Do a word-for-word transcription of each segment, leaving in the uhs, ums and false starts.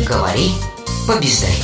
Говори, побеждай.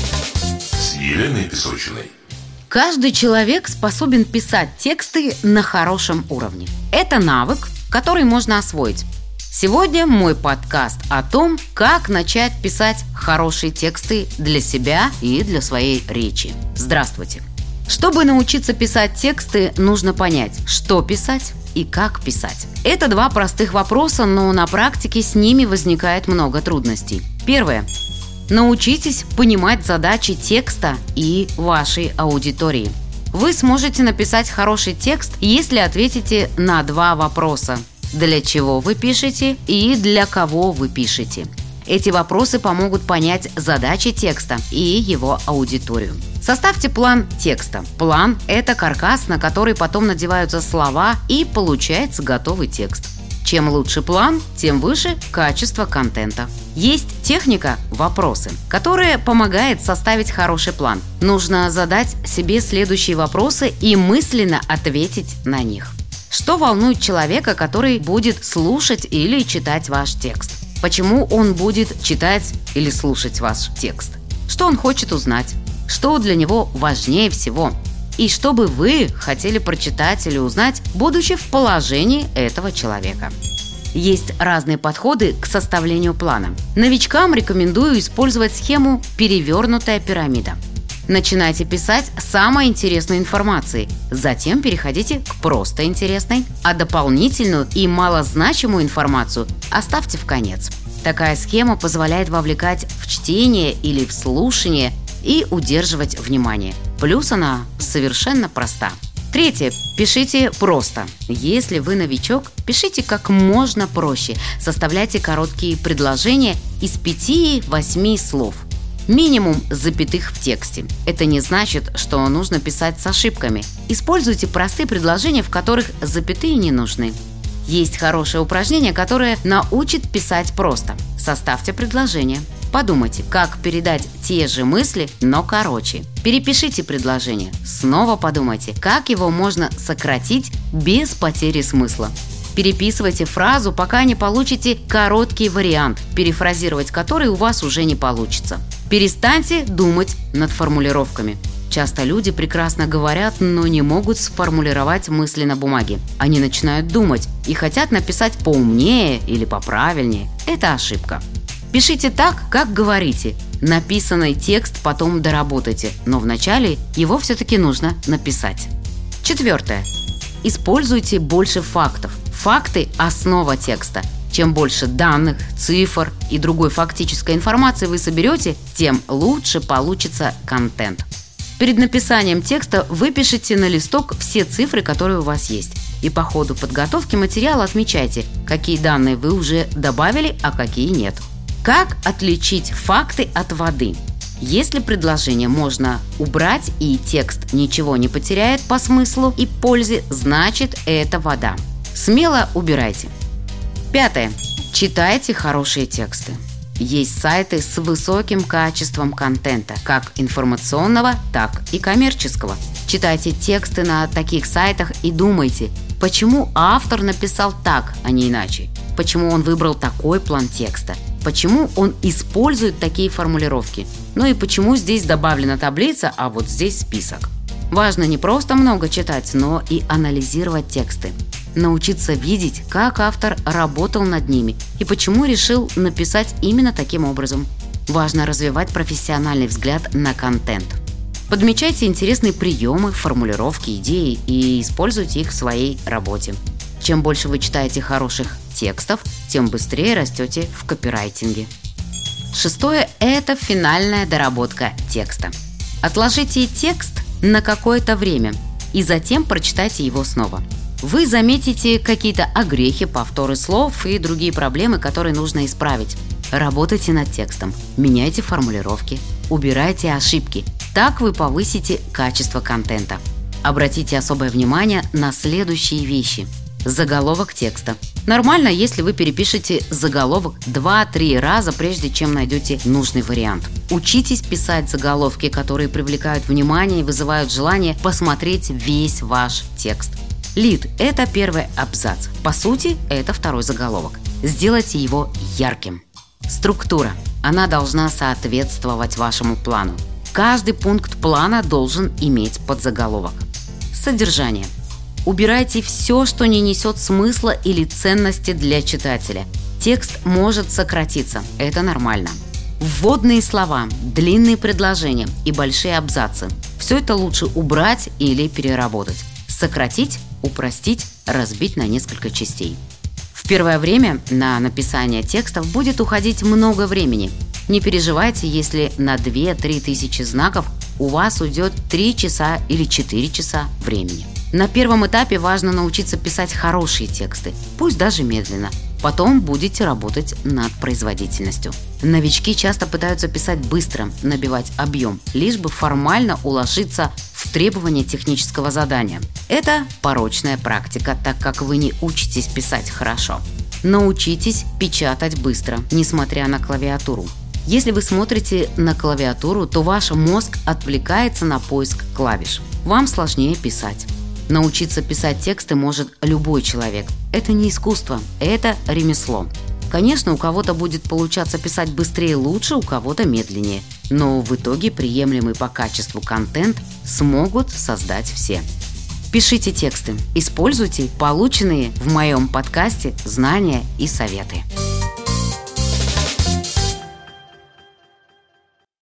С Еленой Песочиной. Каждый человек способен писать тексты на хорошем уровне. Это навык, который можно освоить. Сегодня мой подкаст о том, как начать писать хорошие тексты для себя и для своей речи. Здравствуйте! Чтобы научиться писать тексты, нужно понять, что писать и как писать. Это два простых вопроса, но на практике с ними возникает много трудностей. Первое. Научитесь понимать задачи текста и вашей аудитории. Вы сможете написать хороший текст, если ответите на два вопроса. Для чего вы пишете и для кого вы пишете? Эти вопросы помогут понять задачи текста и его аудиторию. Составьте план текста. План – это каркас, на который потом надеваются слова, и получается готовый текст. Чем лучше план, тем выше качество контента. Есть техника «вопросы», которая помогает составить хороший план. Нужно задать себе следующие вопросы и мысленно ответить на них. Что волнует человека, который будет слушать или читать ваш текст? Почему он будет читать или слушать ваш текст? Что он хочет узнать? Что для него важнее всего? И что бы вы хотели прочитать или узнать, будучи в положении этого человека? Есть разные подходы к составлению плана. Новичкам рекомендую использовать схему «перевернутая пирамида». Начинайте писать с самой интересной информации, затем переходите к просто интересной, а дополнительную и малозначимую информацию оставьте в конец. Такая схема позволяет вовлекать в чтение или в слушание и удерживать внимание. Плюс она совершенно проста. Третье. Пишите просто. Если вы новичок, пишите как можно проще. Составляйте короткие предложения из пяти-восьми слов. Минимум запятых в тексте. Это не значит, что нужно писать с ошибками. Используйте простые предложения, в которых запятые не нужны. Есть хорошее упражнение, которое научит писать просто. Составьте предложение. Подумайте, как передать те же мысли, но короче. Перепишите предложение. Снова подумайте, как его можно сократить без потери смысла. Переписывайте фразу, пока не получите короткий вариант, перефразировать который у вас уже не получится. Перестаньте думать над формулировками. Часто люди прекрасно говорят, но не могут сформулировать мысли на бумаге. Они начинают думать и хотят написать поумнее или поправильнее. Это ошибка. Пишите так, как говорите. Написанный текст потом доработайте, но вначале его все-таки нужно написать. Четвертое. Используйте больше фактов. Факты – основа текста. Чем больше данных, цифр и другой фактической информации вы соберете, тем лучше получится контент. Перед написанием текста выпишите на листок все цифры, которые у вас есть. И по ходу подготовки материала отмечайте, какие данные вы уже добавили, а какие нет. Как отличить факты от воды? Если предложение можно убрать и текст ничего не потеряет по смыслу и пользе, значит это вода. Смело убирайте. Пятое. Читайте хорошие тексты. Есть сайты с высоким качеством контента, как информационного, так и коммерческого. Читайте тексты на таких сайтах и думайте, почему автор написал так, а не иначе. Почему он выбрал такой план текста. Почему он использует такие формулировки. Ну и почему здесь добавлена таблица, а вот здесь список. Важно не просто много читать, но и анализировать тексты. Научиться видеть, как автор работал над ними и почему решил написать именно таким образом. Важно развивать профессиональный взгляд на контент. Подмечайте интересные приемы, формулировки, идеи и используйте их в своей работе. Чем больше вы читаете хороших текстов, тем быстрее растете в копирайтинге. Шестое – это финальная доработка текста. Отложите текст на какое-то время и затем прочитайте его снова. Вы заметите какие-то огрехи, повторы слов и другие проблемы, которые нужно исправить. Работайте над текстом, меняйте формулировки, убирайте ошибки. Так вы повысите качество контента. Обратите особое внимание на следующие вещи. Заголовок текста. Нормально, если вы перепишете заголовок два-три раза, прежде чем найдете нужный вариант. Учитесь писать заголовки, которые привлекают внимание и вызывают желание посмотреть весь ваш текст. Лид – это первый абзац. По сути, это второй заголовок. Сделайте его ярким. Структура. Она должна соответствовать вашему плану. Каждый пункт плана должен иметь подзаголовок. Содержание. Убирайте все, что не несет смысла или ценности для читателя. Текст может сократиться, это нормально. Вводные слова, длинные предложения и большие абзацы. Все это лучше убрать или переработать. Сократить, упростить, разбить на несколько частей. В первое время на написание текстов будет уходить много времени. Не переживайте, если на две-три тысячи знаков у вас уйдет три часа или четыре часа времени. На первом этапе важно научиться писать хорошие тексты, пусть даже медленно. Потом будете работать над производительностью. Новички часто пытаются писать быстро, набивать объем, лишь бы формально уложиться в требования технического задания. Это порочная практика, так как вы не учитесь писать хорошо. Научитесь печатать быстро, несмотря на клавиатуру. Если вы смотрите на клавиатуру, то ваш мозг отвлекается на поиск клавиш. Вам сложнее писать. Научиться писать тексты может любой человек. Это не искусство, это ремесло. Конечно, у кого-то будет получаться писать быстрее и лучше, у кого-то медленнее. Но в итоге приемлемый по качеству контент смогут создать все. Пишите тексты, используйте полученные в моем подкасте знания и советы.